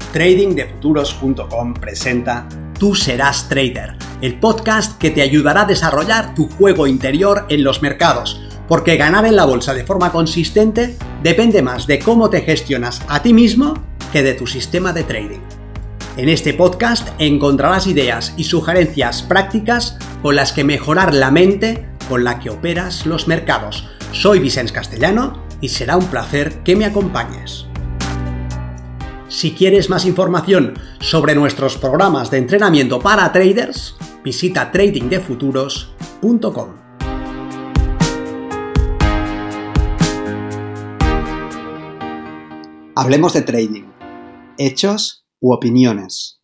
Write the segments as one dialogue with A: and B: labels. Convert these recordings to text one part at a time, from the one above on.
A: tradingdefuturos.com presenta Tú serás trader, el podcast que te ayudará a desarrollar tu juego interior en los mercados, porque ganar en la bolsa de forma consistente depende más de cómo te gestionas a ti mismo que de tu sistema de trading. En este podcast encontrarás ideas y sugerencias prácticas con las que mejorar la mente con la que operas los mercados. Soy Vicens Castellano y será un placer que me acompañes. Si quieres más información sobre nuestros programas de entrenamiento para traders, visita tradingdefuturos.com. Hablemos de trading, hechos u opiniones.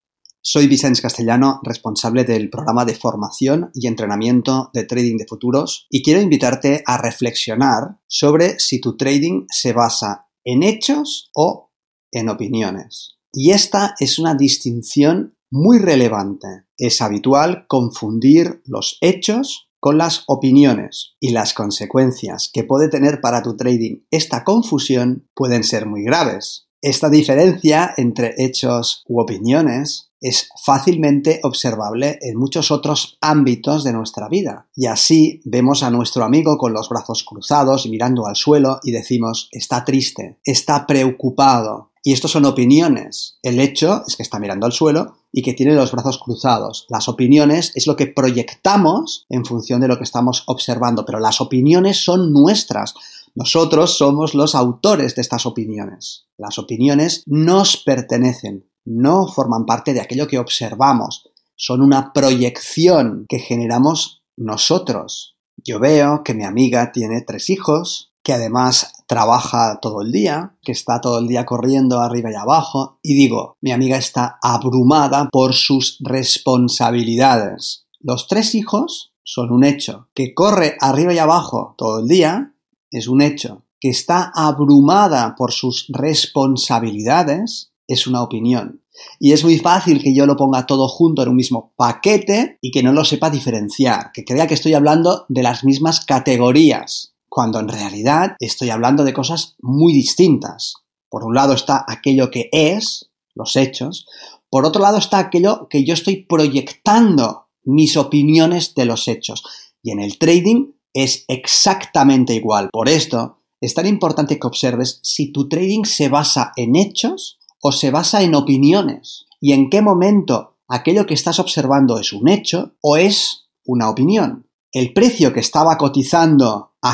A: Soy Vicens Castellano, responsable del programa de formación y entrenamiento de Trading de Futuros, y quiero invitarte a reflexionar sobre si tu trading se basa en hechos o en opiniones. Y esta es una distinción muy relevante. Es habitual confundir los hechos con las opiniones, y las consecuencias que puede tener para tu trading esta confusión pueden ser muy graves. Esta diferencia entre hechos u opiniones es fácilmente observable en muchos otros ámbitos de nuestra vida. Y así vemos a nuestro amigo con los brazos cruzados y mirando al suelo y decimos, está triste, está preocupado. Y estos son opiniones. El hecho es que está mirando al suelo y que tiene los brazos cruzados. Las opiniones es lo que proyectamos en función de lo que estamos observando, pero las opiniones son nuestras. Nosotros somos los autores de estas opiniones. Las opiniones nos pertenecen, no forman parte de aquello que observamos. Son una proyección que generamos nosotros. Yo veo que mi amiga tiene 3 hijos, que además trabaja todo el día, que está todo el día corriendo arriba y abajo, y digo, mi amiga está abrumada por sus responsabilidades. Los 3 hijos son un hecho. Que corre arriba y abajo todo el día es un hecho. Que está abrumada por sus responsabilidades es una opinión. Y es muy fácil que yo lo ponga todo junto en un mismo paquete y que no lo sepa diferenciar, que crea que estoy hablando de las mismas categorías, cuando en realidad estoy hablando de cosas muy distintas. Por un lado está aquello que es, los hechos. Por otro lado está aquello que yo estoy proyectando, mis opiniones de los hechos. Y en el trading es exactamente igual. Por esto es tan importante que observes si tu trading se basa en hechos o se basa en opiniones. Y en qué momento aquello que estás observando es un hecho o es una opinión. El precio que estaba cotizando a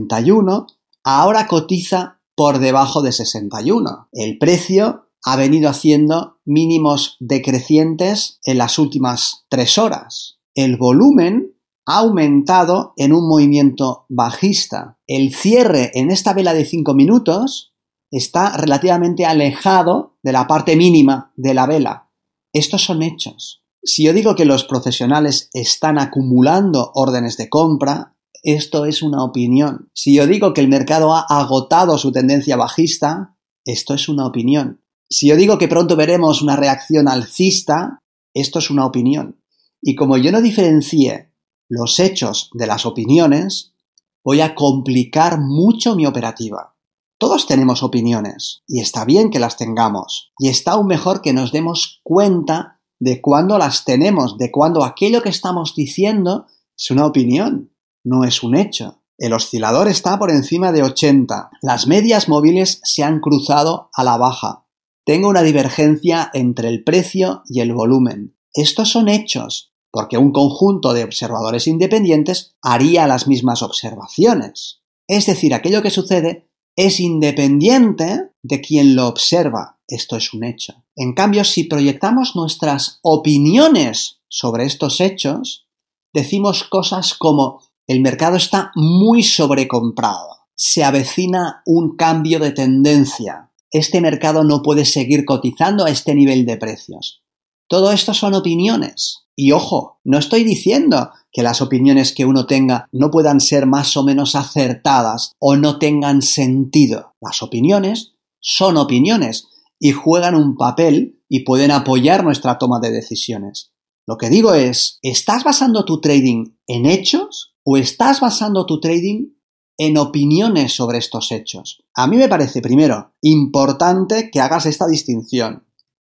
A: 61, ahora cotiza por debajo de 61. El precio ha venido haciendo mínimos decrecientes en las últimas 3 horas. El volumen ha aumentado en un movimiento bajista. El cierre en esta vela de 5 minutos está relativamente alejado de la parte mínima de la vela. Estos son hechos. Si yo digo que los profesionales están acumulando órdenes de compra, esto es una opinión. Si yo digo que el mercado ha agotado su tendencia bajista, esto es una opinión. Si yo digo que pronto veremos una reacción alcista, esto es una opinión. Y como yo no diferencie los hechos de las opiniones, voy a complicar mucho mi operativa. Todos tenemos opiniones, y está bien que las tengamos, y está aún mejor que nos demos cuenta de cuándo las tenemos, de cuándo aquello que estamos diciendo es una opinión, no es un hecho. El oscilador está por encima de 80. Las medias móviles se han cruzado a la baja. Tengo una divergencia entre el precio y el volumen. Estos son hechos, porque un conjunto de observadores independientes haría las mismas observaciones. Es decir, aquello que sucede es independiente de quien lo observa. Esto es un hecho. En cambio, si proyectamos nuestras opiniones sobre estos hechos, decimos cosas como el mercado está muy sobrecomprado, se avecina un cambio de tendencia, este mercado no puede seguir cotizando a este nivel de precios. Todo esto son opiniones. Y ojo, no estoy diciendo que las opiniones que uno tenga no puedan ser más o menos acertadas o no tengan sentido. Las opiniones son opiniones y juegan un papel y pueden apoyar nuestra toma de decisiones. Lo que digo es, ¿estás basando tu trading en hechos o estás basando tu trading en opiniones sobre estos hechos? A mí me parece, primero, importante que hagas esta distinción.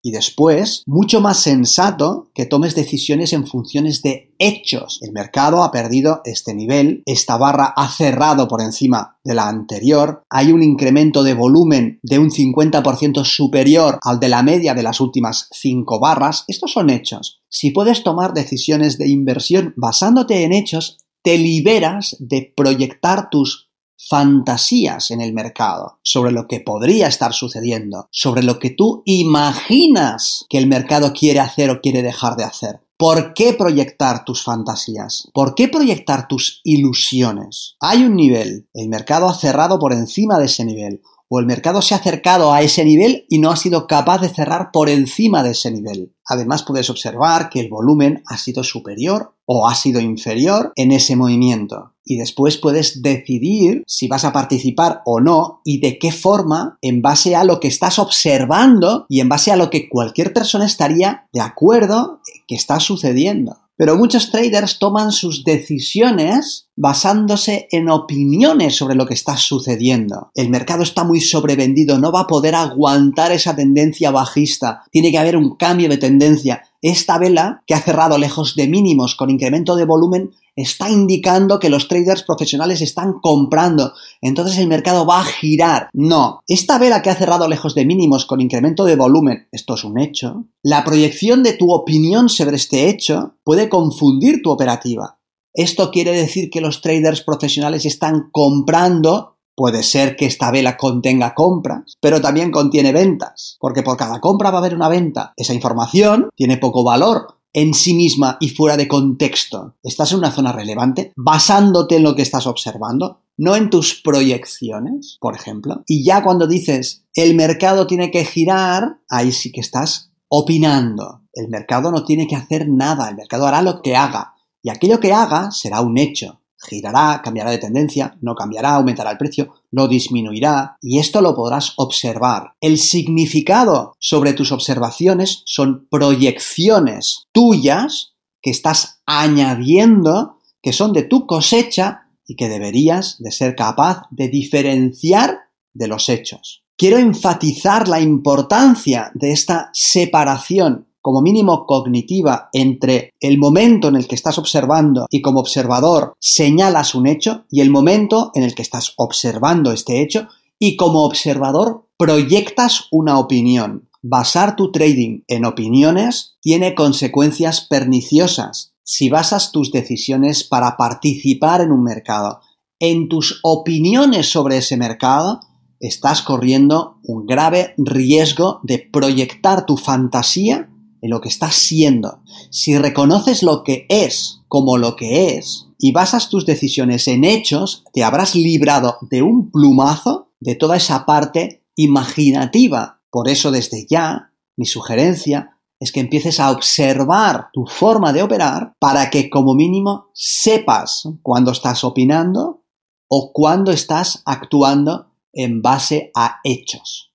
A: Y después, mucho más sensato que tomes decisiones en funciones de hechos. El mercado ha perdido este nivel, esta barra ha cerrado por encima de la anterior, hay un incremento de volumen de un 50% superior al de la media de las últimas 5 barras. Estos son hechos. Si puedes tomar decisiones de inversión basándote en hechos, te liberas de proyectar tus fantasías en el mercado sobre lo que podría estar sucediendo, sobre lo que tú imaginas que el mercado quiere hacer o quiere dejar de hacer. ¿Por qué proyectar tus fantasías? ¿Por qué proyectar tus ilusiones? Hay un nivel, el mercado ha cerrado por encima de ese nivel, o el mercado se ha acercado a ese nivel y no ha sido capaz de cerrar por encima de ese nivel. Además, puedes observar que el volumen ha sido superior o ha sido inferior en ese movimiento. Y después puedes decidir si vas a participar o no y de qué forma, en base a lo que estás observando y en base a lo que cualquier persona estaría de acuerdo que está sucediendo. Pero muchos traders toman sus decisiones basándose en opiniones sobre lo que está sucediendo. El mercado está muy sobrevendido, no va a poder aguantar esa tendencia bajista. Tiene que haber un cambio de tendencia. Esta vela, que ha cerrado lejos de mínimos con incremento de volumen, está indicando que los traders profesionales están comprando. Entonces el mercado va a girar. No. Esta vela que ha cerrado lejos de mínimos con incremento de volumen, esto es un hecho. La proyección de tu opinión sobre este hecho puede confundir tu operativa. Esto quiere decir que los traders profesionales están comprando. Puede ser que esta vela contenga compras, pero también contiene ventas, porque por cada compra va a haber una venta. Esa información tiene poco valor en sí misma y fuera de contexto. Estás en una zona relevante basándote en lo que estás observando, no en tus proyecciones, por ejemplo. Y ya cuando dices el mercado tiene que girar, ahí sí que estás opinando. El mercado no tiene que hacer nada, el mercado hará lo que haga. Y aquello que haga será un hecho. Girará, cambiará de tendencia, no cambiará, aumentará el precio, lo disminuirá y esto lo podrás observar. El significado sobre tus observaciones son proyecciones tuyas que estás añadiendo, que son de tu cosecha y que deberías de ser capaz de diferenciar de los hechos. Quiero enfatizar la importancia de esta separación como mínimo cognitiva entre el momento en el que estás observando y como observador señalas un hecho y el momento en el que estás observando este hecho y como observador proyectas una opinión. Basar tu trading en opiniones tiene consecuencias perniciosas. Si basas tus decisiones para participar en un mercado en tus opiniones sobre ese mercado, estás corriendo un grave riesgo de proyectar tu fantasía en lo que estás siendo. Si reconoces lo que es como lo que es y basas tus decisiones en hechos, te habrás librado de un plumazo de toda esa parte imaginativa. Por eso, desde ya, mi sugerencia es que empieces a observar tu forma de operar para que, como mínimo, sepas cuándo estás opinando o cuándo estás actuando en base a hechos.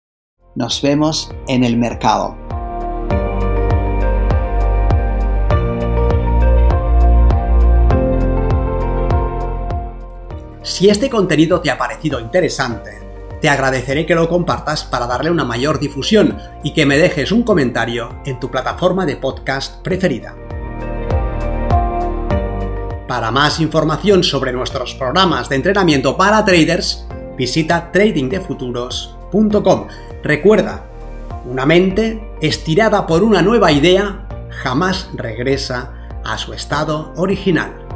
A: Nos vemos en el mercado.
B: Si este contenido te ha parecido interesante, te agradeceré que lo compartas para darle una mayor difusión y que me dejes un comentario en tu plataforma de podcast preferida. Para más información sobre nuestros programas de entrenamiento para traders, visita tradingdefuturos.com. Recuerda, una mente estirada por una nueva idea jamás regresa a su estado original.